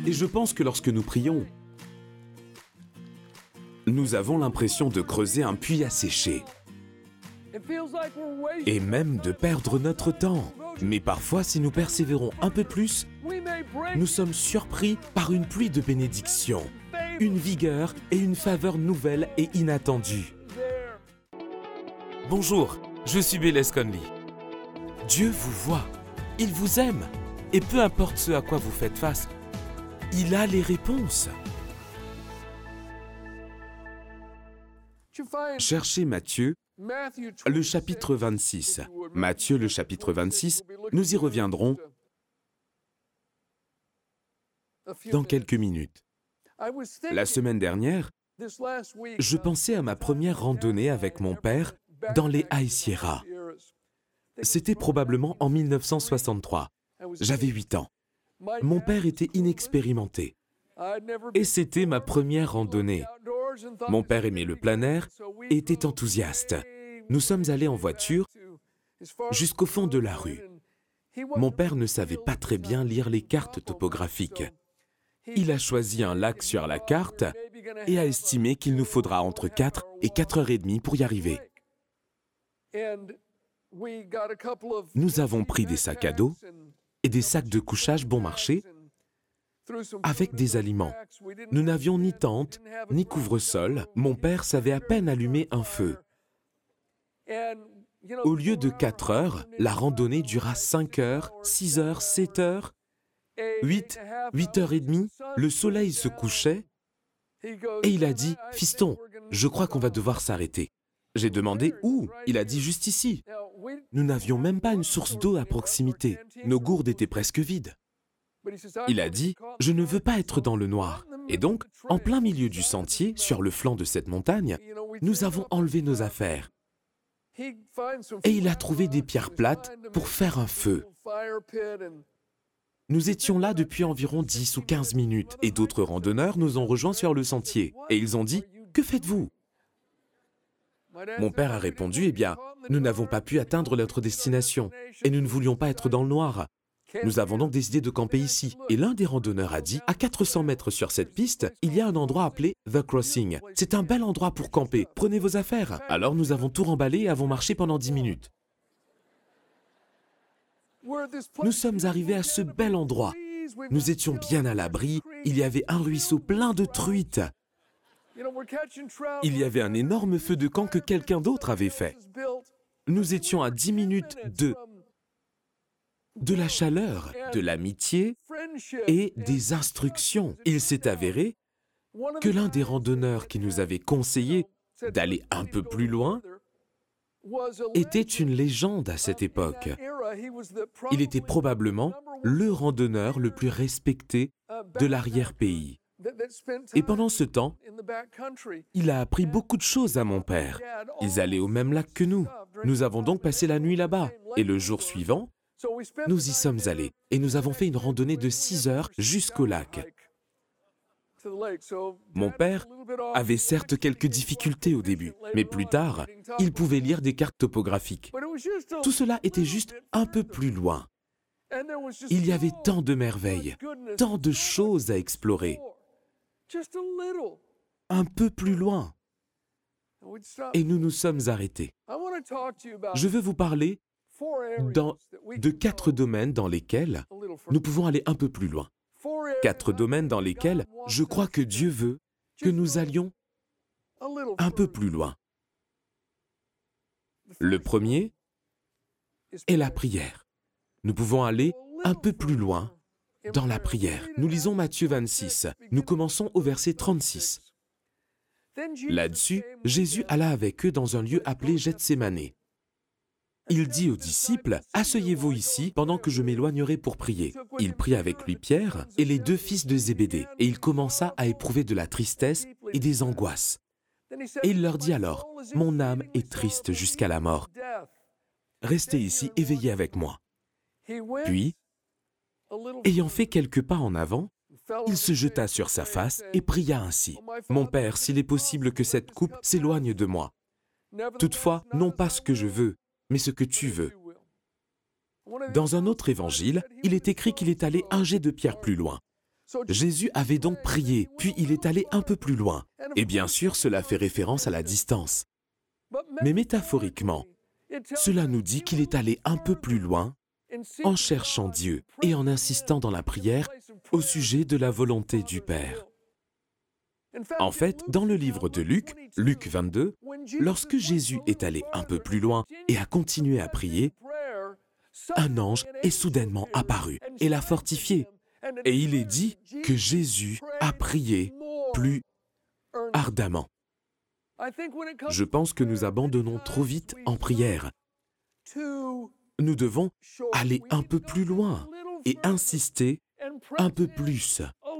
Et je pense que lorsque nous prions, nous avons l'impression de creuser un puits asséché et même de perdre notre temps. Mais parfois, si nous persévérons un peu plus, nous sommes surpris par une pluie de bénédictions, une vigueur et une faveur nouvelle et inattendue. Bonjour, je suis Bélez Conley. Dieu vous voit, il vous aime, et peu importe ce à quoi vous faites face, il a les réponses. Cherchez Matthieu, le chapitre 26. Matthieu, le chapitre 26, nous y reviendrons dans quelques minutes. La semaine dernière, je pensais à ma première randonnée avec mon père dans les High Sierra. C'était probablement en 1963. J'avais 8 ans. Mon père était inexpérimenté. Et c'était ma première randonnée. Mon père aimait le plein air et était enthousiaste. Nous sommes allés en voiture jusqu'au fond de la rue. Mon père ne savait pas très bien lire les cartes topographiques. Il a choisi un lac sur la carte et a estimé qu'il nous faudra entre 4 et 4h30 pour y arriver. Nous avons pris des sacs à dos et des sacs de couchage bon marché avec des aliments. Nous n'avions ni tente, ni couvre-sol. Mon père savait à peine allumer un feu. Au lieu de 4 heures, la randonnée dura 5 heures, 6 heures, 7 heures, 8h30, le soleil se couchait et il a dit « Fiston, je crois qu'on va devoir s'arrêter ». J'ai demandé « Où ?» Il a dit « Juste ici ». Nous n'avions même pas une source d'eau à proximité. Nos gourdes étaient presque vides. Il a dit « Je ne veux pas être dans le noir ». Et donc, en plein milieu du sentier, sur le flanc de cette montagne, nous avons enlevé nos affaires. Et il a trouvé des pierres plates pour faire un feu. Nous étions là depuis environ 10 ou 15 minutes et d'autres randonneurs nous ont rejoints sur le sentier. Et ils ont dit « Que faites-vous » Mon père a répondu « Eh bien, nous n'avons pas pu atteindre notre destination et nous ne voulions pas être dans le noir. Nous avons donc décidé de camper ici. » Et l'un des randonneurs a dit « À 400 mètres sur cette piste, il y a un endroit appelé The Crossing. C'est un bel endroit pour camper. Prenez vos affaires. » Alors nous avons tout remballé et avons marché pendant 10 minutes. Nous sommes arrivés à ce bel endroit. Nous étions bien à l'abri. Il y avait un ruisseau plein de truites. Il y avait un énorme feu de camp que quelqu'un d'autre avait fait. Nous étions à 10 minutes de la chaleur, de l'amitié et des instructions. Il s'est avéré que l'un des randonneurs qui nous avait conseillé d'aller un peu plus loin était une légende à cette époque. Il était probablement le randonneur le plus respecté de l'arrière-pays. Et pendant ce temps, il a appris beaucoup de choses à mon père. Ils allaient au même lac que nous. Nous avons donc passé la nuit là-bas. Et le jour suivant, nous y sommes allés. Et nous avons fait une randonnée de 6 heures jusqu'au lac. Mon père avait certes quelques difficultés au début, mais plus tard, il pouvait lire des cartes topographiques. Tout cela était juste un peu plus loin. Il y avait tant de merveilles, tant de choses à explorer. Un peu plus loin. Et nous nous sommes arrêtés. Je veux vous parler de 4 domaines dans lesquels nous pouvons aller un peu plus loin. 4 domaines dans lesquels je crois que Dieu veut que nous allions un peu plus loin. Le premier est la prière. Nous pouvons aller un peu plus loin dans la prière. Nous lisons Matthieu 26. Nous commençons au verset 36. Là-dessus, Jésus alla avec eux dans un lieu appelé Gethsémané. Il dit aux disciples, « Asseyez-vous ici pendant que je m'éloignerai pour prier. » Il prit avec lui Pierre et les 2 fils de Zébédée, et il commença à éprouver de la tristesse et des angoisses. Et il leur dit alors, « Mon âme est triste jusqu'à la mort. Restez ici et veillez avec moi. » Puis, ayant fait quelques pas en avant, il se jeta sur sa face et pria ainsi, « Mon Père, s'il est possible que cette coupe s'éloigne de moi. Toutefois, non pas ce que je veux, mais ce que tu veux. » Dans un autre évangile, il est écrit qu'il est allé un jet de pierre plus loin. Jésus avait donc prié, puis il est allé un peu plus loin. Et bien sûr, cela fait référence à la distance. Mais métaphoriquement, cela nous dit qu'il est allé un peu plus loin en cherchant Dieu et en insistant dans la prière au sujet de la volonté du Père. En fait, dans le livre de Luc, Luc 22, lorsque Jésus est allé un peu plus loin et a continué à prier, un ange est soudainement apparu et l'a fortifié. Et il est dit que Jésus a prié plus ardemment. Je pense que nous abandonnons trop vite en prière. Nous devons aller un peu plus loin et insister un peu plus.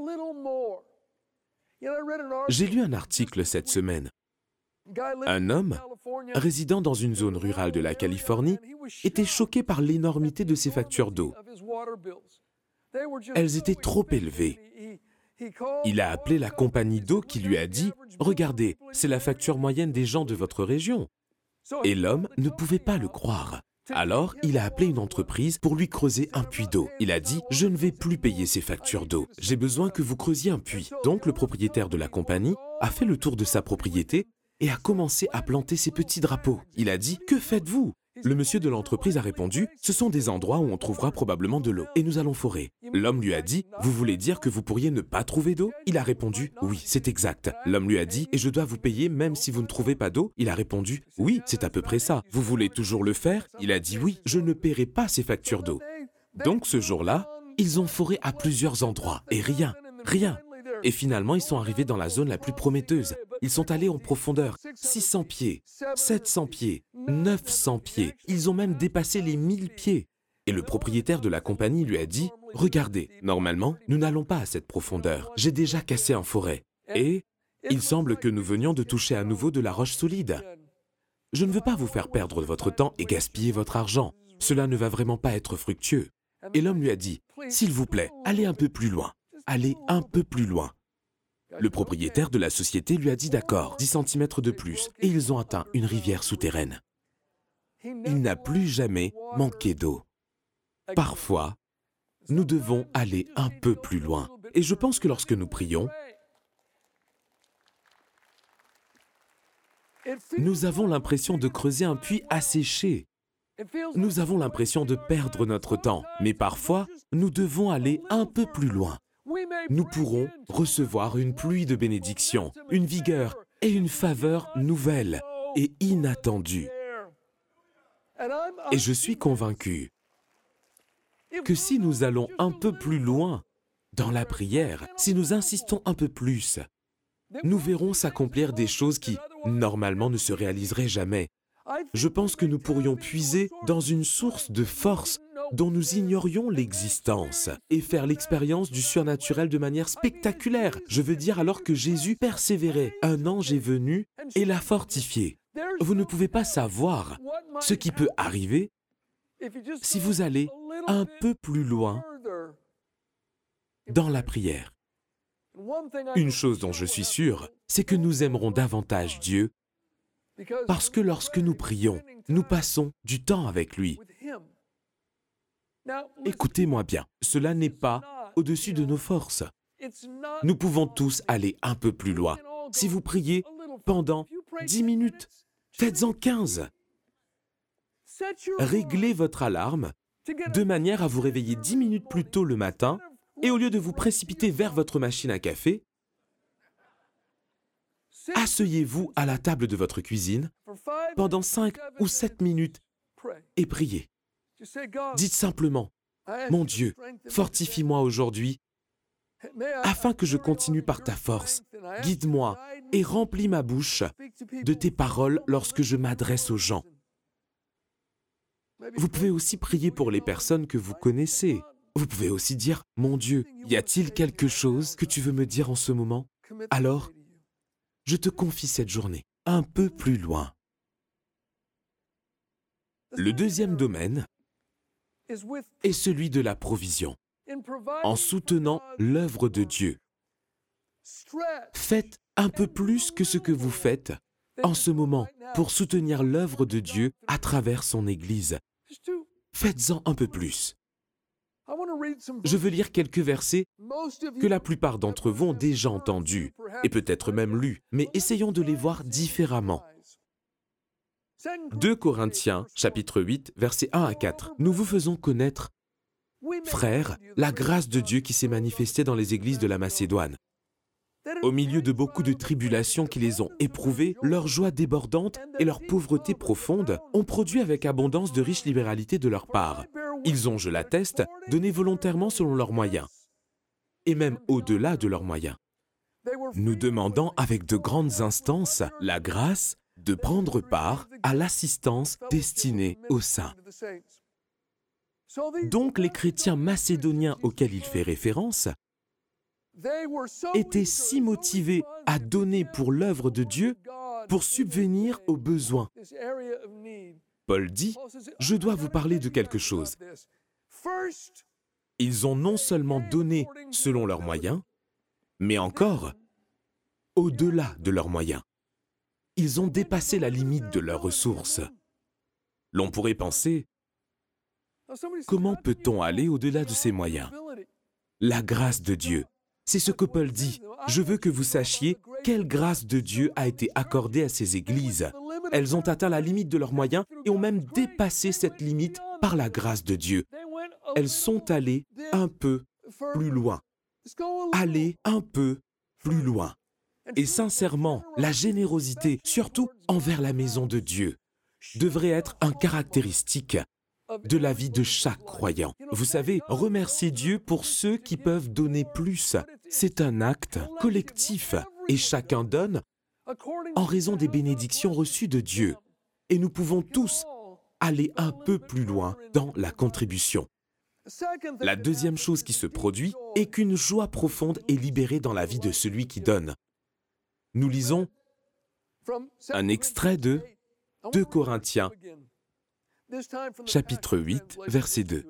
J'ai lu un article cette semaine. Un homme, résidant dans une zone rurale de la Californie, était choqué par l'énormité de ses factures d'eau. Elles étaient trop élevées. Il a appelé la compagnie d'eau qui lui a dit « Regardez, c'est la facture moyenne des gens de votre région. » Et l'homme ne pouvait pas le croire. Alors, il a appelé une entreprise pour lui creuser un puits d'eau. Il a dit « Je ne vais plus payer ces factures d'eau. J'ai besoin que vous creusiez un puits. » Donc, le propriétaire de la compagnie a fait le tour de sa propriété et a commencé à planter ses petits drapeaux. Il a dit « Que faites-vous » Le monsieur de l'entreprise a répondu « Ce sont des endroits où on trouvera probablement de l'eau et nous allons forer. » L'homme lui a dit « Vous voulez dire que vous pourriez ne pas trouver d'eau » Il a répondu « Oui, c'est exact. » L'homme lui a dit « Et je dois vous payer même si vous ne trouvez pas d'eau » Il a répondu « Oui, c'est à peu près ça. Vous voulez toujours le faire » Il a dit « Oui, je ne paierai pas ces factures d'eau. » Donc ce jour-là, ils ont foré à plusieurs endroits et rien. Et finalement, ils sont arrivés dans la zone la plus prometteuse. Ils sont allés en profondeur, 600 pieds, 700 pieds, 900 pieds. Ils ont même dépassé les 1000 pieds. Et le propriétaire de la compagnie lui a dit « Regardez, normalement, nous n'allons pas à cette profondeur. J'ai déjà cassé un forêt. Et il semble que nous venions de toucher à nouveau de la roche solide. Je ne veux pas vous faire perdre votre temps et gaspiller votre argent. Cela ne va vraiment pas être fructueux. » Et l'homme lui a dit « S'il vous plaît, allez un peu plus loin. Allez un peu plus loin. » Le propriétaire de la société lui a dit d'accord, 10 cm de plus, et ils ont atteint une rivière souterraine. Il n'a plus jamais manqué d'eau. Parfois, nous devons aller un peu plus loin. Et je pense que lorsque nous prions, nous avons l'impression de creuser un puits asséché. Nous avons l'impression de perdre notre temps. Mais parfois, nous devons aller un peu plus loin. Nous pourrons recevoir une pluie de bénédictions, une vigueur et une faveur nouvelle et inattendue. Et je suis convaincu que si nous allons un peu plus loin dans la prière, si nous insistons un peu plus, nous verrons s'accomplir des choses qui, normalement, ne se réaliseraient jamais. Je pense que nous pourrions puiser dans une source de force dont nous ignorions l'existence et faire l'expérience du surnaturel de manière spectaculaire. Je veux dire, alors que Jésus persévérait, un ange est venu et l'a fortifié. Vous ne pouvez pas savoir ce qui peut arriver si vous allez un peu plus loin dans la prière. Une chose dont je suis sûr, c'est que nous aimerons davantage Dieu parce que lorsque nous prions, nous passons du temps avec lui. Écoutez-moi bien, cela n'est pas au-dessus de nos forces. Nous pouvons tous aller un peu plus loin. Si vous priez pendant 10 minutes, faites-en 15. Réglez votre alarme de manière à vous réveiller 10 minutes plus tôt le matin et au lieu de vous précipiter vers votre machine à café, asseyez-vous à la table de votre cuisine pendant 5 ou 7 minutes et priez. Dites simplement, « Mon Dieu, fortifie-moi aujourd'hui afin que je continue par ta force. Guide-moi et remplis ma bouche de tes paroles lorsque je m'adresse aux gens. » Vous pouvez aussi prier pour les personnes que vous connaissez. Vous pouvez aussi dire, « Mon Dieu, y a-t-il quelque chose que tu veux me dire en ce moment? Alors, je te confie cette journée un peu plus loin. » Le deuxième domaine est celui de la provision, en soutenant l'œuvre de Dieu. Faites un peu plus que ce que vous faites en ce moment pour soutenir l'œuvre de Dieu à travers son Église. Faites-en un peu plus. Je veux lire quelques versets que la plupart d'entre vous ont déjà entendus, et peut-être même lus, mais essayons de les voir différemment. 2 Corinthiens, chapitre 8, versets 1 à 4. Nous vous faisons connaître, frères, la grâce de Dieu qui s'est manifestée dans les églises de la Macédoine. Au milieu de beaucoup de tribulations qui les ont éprouvées, leur joie débordante et leur pauvreté profonde ont produit avec abondance de riches libéralités de leur part. Ils ont, je l'atteste, donné volontairement selon leurs moyens, et même au-delà de leurs moyens, nous demandant avec de grandes instances la grâce de prendre part à l'assistance destinée aux saints. Donc les chrétiens macédoniens auxquels il fait référence étaient si motivés à donner pour l'œuvre de Dieu pour subvenir aux besoins. Paul dit, « Je dois vous parler de quelque chose. » Ils ont non seulement donné selon leurs moyens, mais encore au-delà de leurs moyens. Ils ont dépassé la limite de leurs ressources. L'on pourrait penser, comment peut-on aller au-delà de ses moyens? La grâce de Dieu. C'est ce que Paul dit. Je veux que vous sachiez quelle grâce de Dieu a été accordée à ces églises. Elles ont atteint la limite de leurs moyens et ont même dépassé cette limite par la grâce de Dieu. Elles sont allées un peu plus loin. Aller un peu plus loin. Et sincèrement, la générosité, surtout envers la maison de Dieu, devrait être un caractéristique de la vie de chaque croyant. Vous savez, remercier Dieu pour ceux qui peuvent donner plus. C'est un acte collectif et chacun donne en raison des bénédictions reçues de Dieu. Et nous pouvons tous aller un peu plus loin dans la contribution. La deuxième chose qui se produit est qu'une joie profonde est libérée dans la vie de celui qui donne. Nous lisons un extrait de 2 Corinthiens, chapitre 8, verset 2.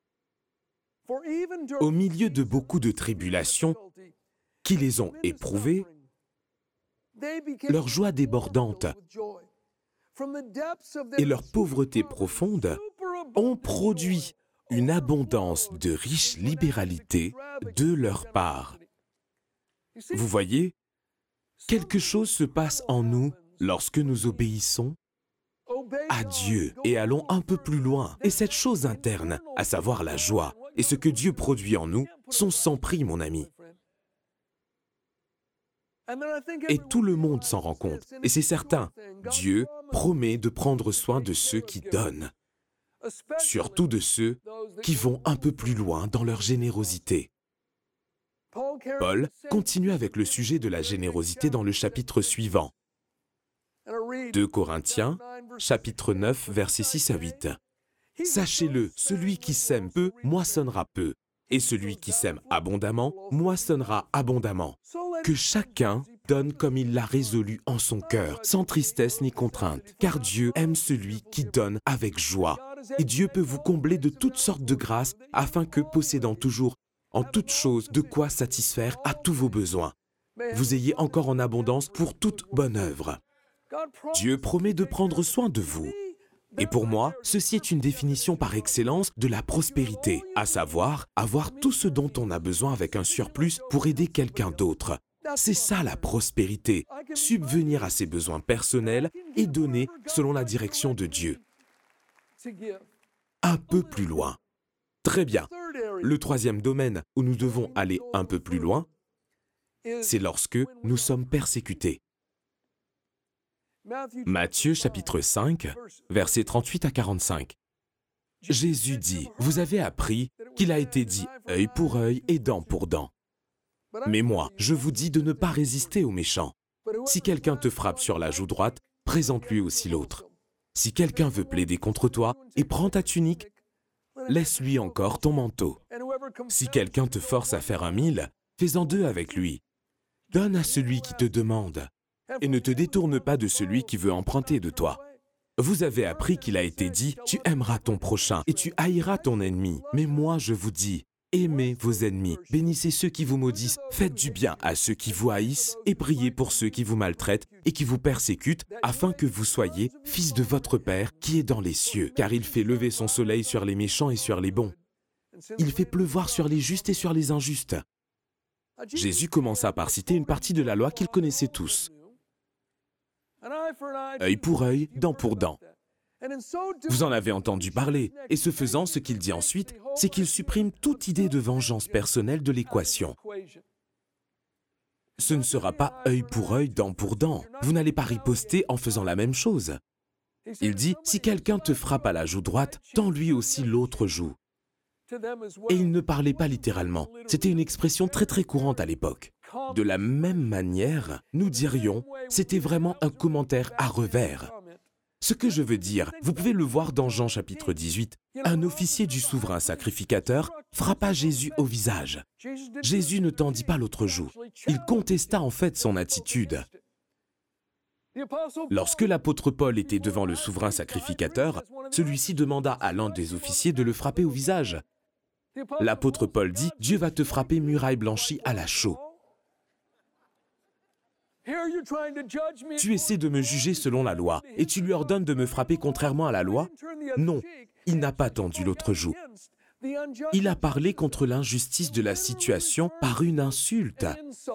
Au milieu de beaucoup de tribulations qui les ont éprouvées, leur joie débordante et leur pauvreté profonde ont produit une abondance de riches libéralités de leur part. Vous voyez, quelque chose se passe en nous lorsque nous obéissons à Dieu et allons un peu plus loin. Et cette chose interne, à savoir la joie, et ce que Dieu produit en nous, sont sans prix, mon ami. Et tout le monde s'en rend compte. Et c'est certain, Dieu promet de prendre soin de ceux qui donnent, surtout de ceux qui vont un peu plus loin dans leur générosité. Paul continue avec le sujet de la générosité dans le chapitre suivant. 2 Corinthiens, chapitre 9, versets 6 à 8. « Sachez-le, celui qui sème peu, moissonnera peu, et celui qui sème abondamment, moissonnera abondamment. Que chacun donne comme il l'a résolu en son cœur, sans tristesse ni contrainte, car Dieu aime celui qui donne avec joie. Et Dieu peut vous combler de toutes sortes de grâces, afin que, possédant toujours en toutes choses de quoi satisfaire à tous vos besoins, vous ayez encore en abondance pour toute bonne œuvre. Dieu promet de prendre soin de vous. Et pour moi, ceci est une définition par excellence de la prospérité, à savoir avoir tout ce dont on a besoin avec un surplus pour aider quelqu'un d'autre. C'est ça la prospérité, subvenir à ses besoins personnels et donner selon la direction de Dieu. Un peu plus loin. Très bien. Le troisième domaine où nous devons aller un peu plus loin, c'est lorsque nous sommes persécutés. Matthieu chapitre 5, versets 38 à 45. Jésus dit, « Vous avez appris qu'il a été dit œil pour œil et dent pour dent. Mais moi, je vous dis de ne pas résister aux méchants. Si quelqu'un te frappe sur la joue droite, présente-lui aussi l'autre. Si quelqu'un veut plaider contre toi et prend ta tunique, laisse-lui encore ton manteau. Si quelqu'un te force à faire 1 000, fais-en 2 avec lui. Donne à celui qui te demande. Et ne te détourne pas de celui qui veut emprunter de toi. Vous avez appris qu'il a été dit, tu aimeras ton prochain et tu haïras ton ennemi. Mais moi, je vous dis, aimez vos ennemis, bénissez ceux qui vous maudissent, faites du bien à ceux qui vous haïssent et priez pour ceux qui vous maltraitent et qui vous persécutent, afin que vous soyez fils de votre Père qui est dans les cieux, car il fait lever son soleil sur les méchants et sur les bons. Il fait pleuvoir sur les justes et sur les injustes. Jésus commença par citer une partie de la loi qu'ils connaissaient tous. Œil pour œil, dent pour dent. Vous en avez entendu parler, et ce faisant, ce qu'il dit ensuite, c'est qu'il supprime toute idée de vengeance personnelle de l'équation. Ce ne sera pas œil pour œil, dent pour dent. Vous n'allez pas riposter en faisant la même chose. Il dit, si quelqu'un te frappe à la joue droite, tends lui aussi l'autre joue. Et il ne parlait pas littéralement. C'était une expression très très courante à l'époque. De la même manière, nous dirions, c'était vraiment un commentaire à revers. Ce que je veux dire, vous pouvez le voir dans Jean chapitre 18, un officier du souverain sacrificateur frappa Jésus au visage. Jésus ne tendit pas l'autre joue. Il contesta en fait son attitude. Lorsque l'apôtre Paul était devant le souverain sacrificateur, celui-ci demanda à l'un des officiers de le frapper au visage. L'apôtre Paul dit, « Dieu va te frapper muraille blanchie à la chaux. » Tu essaies de me juger selon la loi, et tu lui ordonnes de me frapper contrairement à la loi? Non, il n'a pas tendu l'autre joue. Il a parlé contre l'injustice de la situation par une insulte.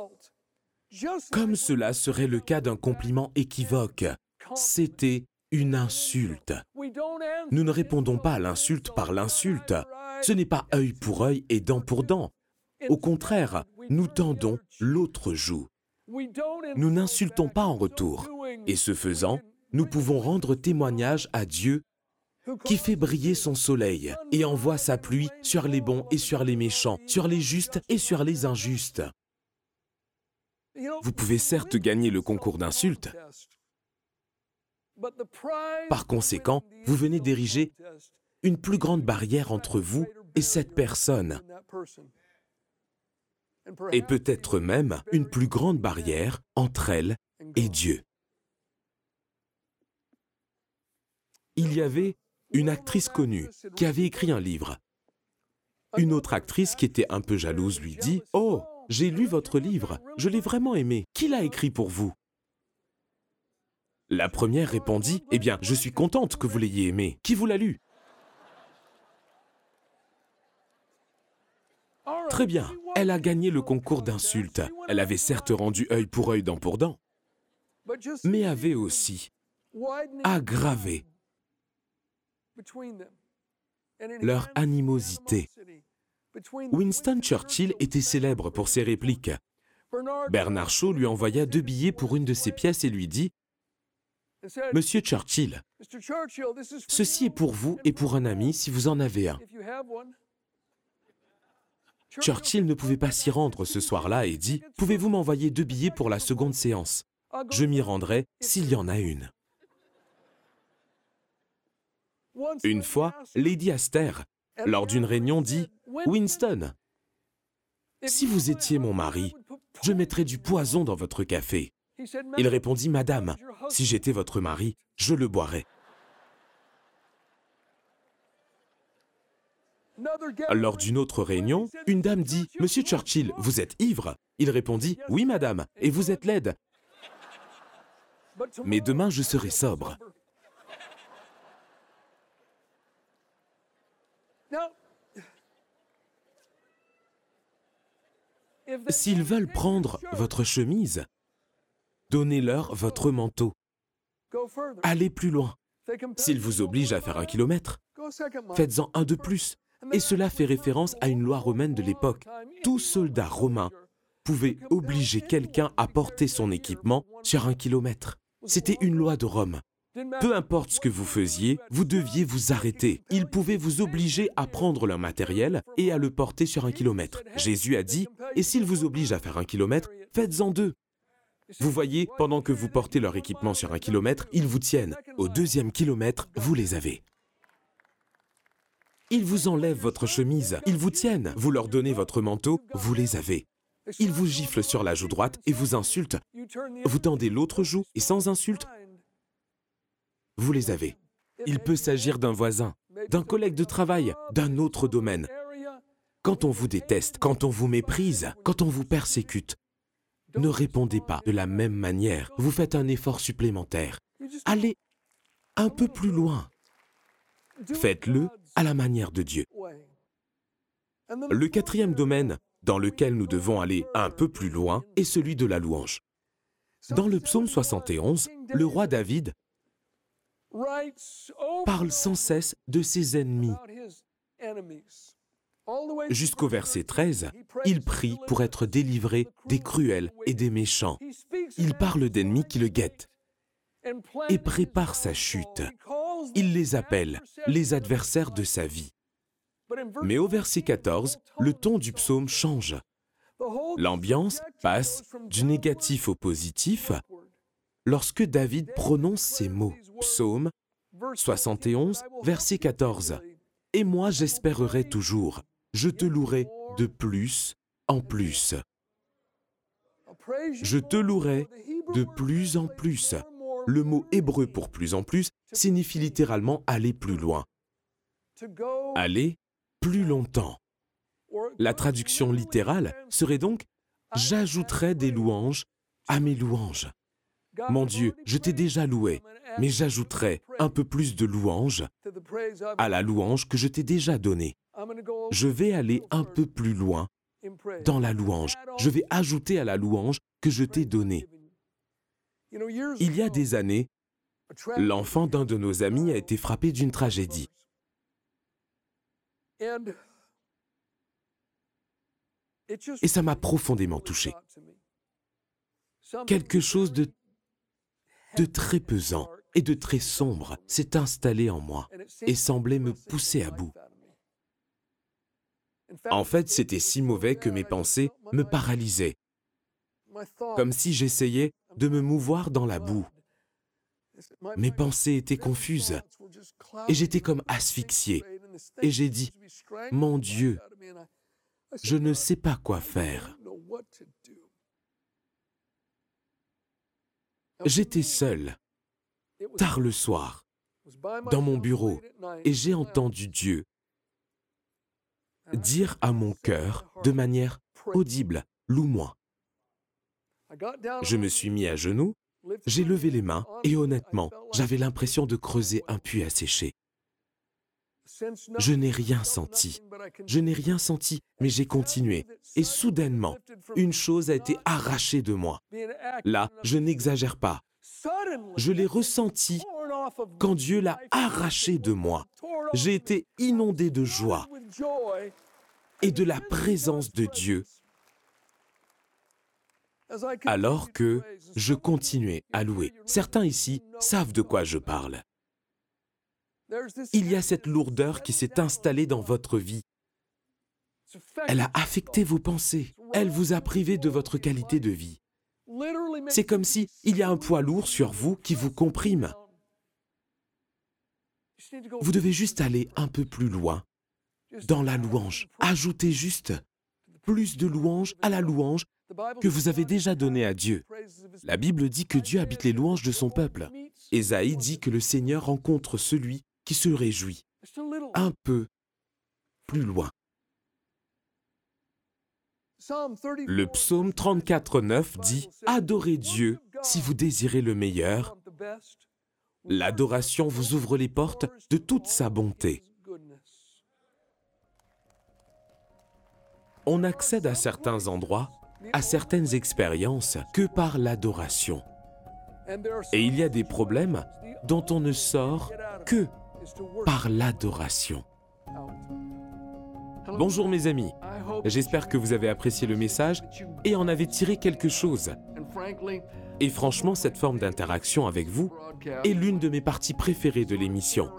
Comme cela serait le cas d'un compliment équivoque. C'était une insulte. Nous ne répondons pas à l'insulte par l'insulte. Ce n'est pas œil pour œil et dent pour dent. Au contraire, nous tendons l'autre joue. Nous n'insultons pas en retour. Et ce faisant, nous pouvons rendre témoignage à Dieu qui fait briller son soleil et envoie sa pluie sur les bons et sur les méchants, sur les justes et sur les injustes. Vous pouvez certes gagner le concours d'insultes. Par conséquent, vous venez d'ériger une plus grande barrière entre vous et cette personne. Et peut-être même une plus grande barrière entre elle et Dieu. Il y avait une actrice connue qui avait écrit un livre. Une autre actrice qui était un peu jalouse lui dit « Oh, j'ai lu votre livre, je l'ai vraiment aimé. Qui l'a écrit pour vous ?» La première répondit « Eh bien, je suis contente que vous l'ayez aimé. Qui vous l'a lu ?» Très bien, elle a gagné le concours d'insultes. Elle avait certes rendu œil pour œil, dent pour dent, mais avait aussi aggravé leur animosité. Winston Churchill était célèbre pour ses répliques. Bernard Shaw lui envoya 2 billets pour une de ses pièces et lui dit « Monsieur Churchill, ceci est pour vous et pour un ami si vous en avez un. » Churchill ne pouvait pas s'y rendre ce soir-là et dit « Pouvez-vous m'envoyer 2 billets pour la seconde séance? Je m'y rendrai s'il y en a une. » Une fois, Lady Astor, lors d'une réunion, dit « Winston, si vous étiez mon mari, je mettrais du poison dans votre café. » Il répondit « Madame, si j'étais votre mari, je le boirais. » Lors d'une autre réunion, une dame dit « Monsieur Churchill, vous êtes ivre ?» Il répondit « Oui, madame, et vous êtes laide. Mais demain, je serai sobre. » S'ils veulent prendre votre chemise, donnez-leur votre manteau. Allez plus loin. S'ils vous obligent à faire 1 kilomètre, faites-en un de plus. Et cela fait référence à une loi romaine de l'époque. Tout soldat romain pouvait obliger quelqu'un à porter son équipement sur 1 kilomètre. C'était une loi de Rome. Peu importe ce que vous faisiez, vous deviez vous arrêter. Ils pouvaient vous obliger à prendre leur matériel et à le porter sur 1 kilomètre. Jésus a dit, et s'ils vous obligent à faire 1 kilomètre, faites-en 2. Vous voyez, pendant que vous portez leur équipement sur 1 kilomètre, ils vous tiennent. Au 2e kilomètre, vous les avez. Ils vous enlèvent votre chemise, ils vous tiennent. Vous leur donnez votre manteau, vous les avez. Ils vous giflent sur la joue droite et vous insultent. Vous tendez l'autre joue et sans insulte, vous les avez. Il peut s'agir d'un voisin, d'un collègue de travail, d'un autre domaine. Quand on vous déteste, quand on vous méprise, quand on vous persécute, ne répondez pas de la même manière. Vous faites un effort supplémentaire. Allez un peu plus loin. Faites-le à la manière de Dieu. Le quatrième domaine dans lequel nous devons aller un peu plus loin est celui de la louange. Dans le psaume 71, le roi David parle sans cesse de ses ennemis. Jusqu'au verset 13, il prie pour être délivré des cruels et des méchants. Il parle d'ennemis qui le guettent et prépare sa chute. Il les appelle les adversaires de sa vie. Mais au verset 14, le ton du psaume change. L'ambiance passe du négatif au positif lorsque David prononce ces mots. Psaume 71, verset 14. « Et moi j'espérerai toujours, je te louerai de plus en plus. Je te louerai de plus en plus. » Le mot hébreu pour plus en plus signifie littéralement aller plus loin. Aller plus longtemps. La traduction littérale serait donc « J'ajouterai des louanges à mes louanges. » Mon Dieu, je t'ai déjà loué, mais j'ajouterai un peu plus de louanges à la louange que je t'ai déjà donnée. Je vais aller un peu plus loin dans la louange. Je vais ajouter à la louange que je t'ai donnée. Il y a des années, l'enfant d'un de nos amis a été frappé d'une tragédie. Et ça m'a profondément touché. Quelque chose de très pesant et de très sombre s'est installé en moi et semblait me pousser à bout. En fait, c'était si mauvais que mes pensées me paralysaient, comme si j'essayais de me mouvoir dans la boue. Mes pensées étaient confuses et j'étais comme asphyxié. Et j'ai dit, « Mon Dieu, je ne sais pas quoi faire. » J'étais seul, tard le soir, dans mon bureau, et j'ai entendu Dieu dire à mon cœur de manière audible, « Loue-moi ». Je me suis mis à genoux, j'ai levé les mains et honnêtement, j'avais l'impression de creuser un puits asséché. Je n'ai rien senti. Je n'ai rien senti, mais j'ai continué. Et soudainement, une chose a été arrachée de moi. Là, je n'exagère pas. Je l'ai ressenti quand Dieu l'a arraché de moi. J'ai été inondé de joie et de la présence de Dieu alors que je continuais à louer. Certains ici savent de quoi je parle. Il y a cette lourdeur qui s'est installée dans votre vie. Elle a affecté vos pensées. Elle vous a privé de votre qualité de vie. C'est comme si il y a un poids lourd sur vous qui vous comprime. Vous devez juste aller un peu plus loin dans la louange. Ajoutez juste plus de louanges à la louange que vous avez déjà donnée à Dieu. La Bible dit que Dieu habite les louanges de son peuple. Ésaïe dit que le Seigneur rencontre celui qui se réjouit. Un peu plus loin. Le psaume 34:9 dit « Adorez Dieu si vous désirez le meilleur. L'adoration vous ouvre les portes de toute sa bonté. » On accède à certains endroits, à certaines expériences que par l'adoration. Et il y a des problèmes dont on ne sort que par l'adoration. Bonjour mes amis, j'espère que vous avez apprécié le message et en avez tiré quelque chose. Et franchement, cette forme d'interaction avec vous est l'une de mes parties préférées de l'émission.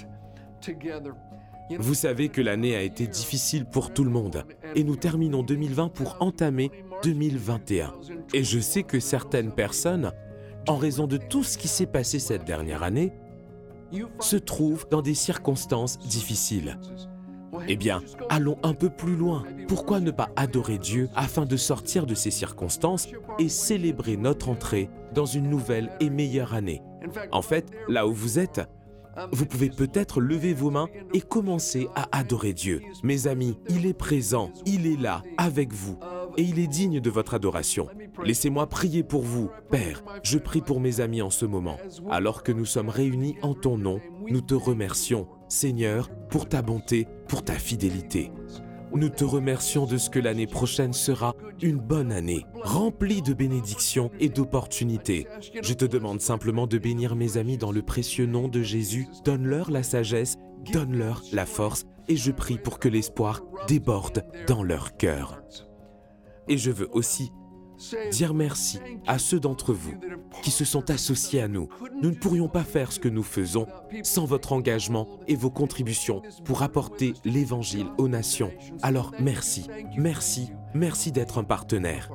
Vous savez que l'année a été difficile pour tout le monde et nous terminons 2020 pour entamer 2021. Et je sais que certaines personnes, en raison de tout ce qui s'est passé cette dernière année, se trouvent dans des circonstances difficiles. Eh bien, allons un peu plus loin. Pourquoi ne pas adorer Dieu afin de sortir de ces circonstances et célébrer notre entrée dans une nouvelle et meilleure année? En fait, là où vous êtes, vous pouvez peut-être lever vos mains et commencer à adorer Dieu. Mes amis, il est présent, il est là, avec vous, et il est digne de votre adoration. Laissez-moi prier pour vous. Père, je prie pour mes amis en ce moment. Alors que nous sommes réunis en ton nom, nous te remercions, Seigneur, pour ta bonté, pour ta fidélité. Nous te remercions de ce que l'année prochaine sera une bonne année, remplie de bénédictions et d'opportunités. Je te demande simplement de bénir mes amis dans le précieux nom de Jésus. Donne-leur la sagesse, donne-leur la force, et je prie pour que l'espoir déborde dans leur cœur. Et je veux aussi dire merci à ceux d'entre vous qui se sont associés à nous. Nous ne pourrions pas faire ce que nous faisons sans votre engagement et vos contributions pour apporter l'Évangile aux nations. Alors merci, merci, merci d'être un partenaire.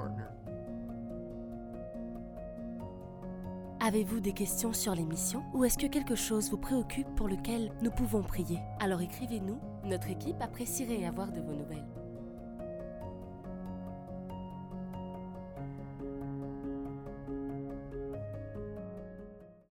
Avez-vous des questions sur l'émission ou est-ce que quelque chose vous préoccupe pour lequel nous pouvons prier? Alors écrivez-nous, notre équipe apprécierait avoir de vos nouvelles.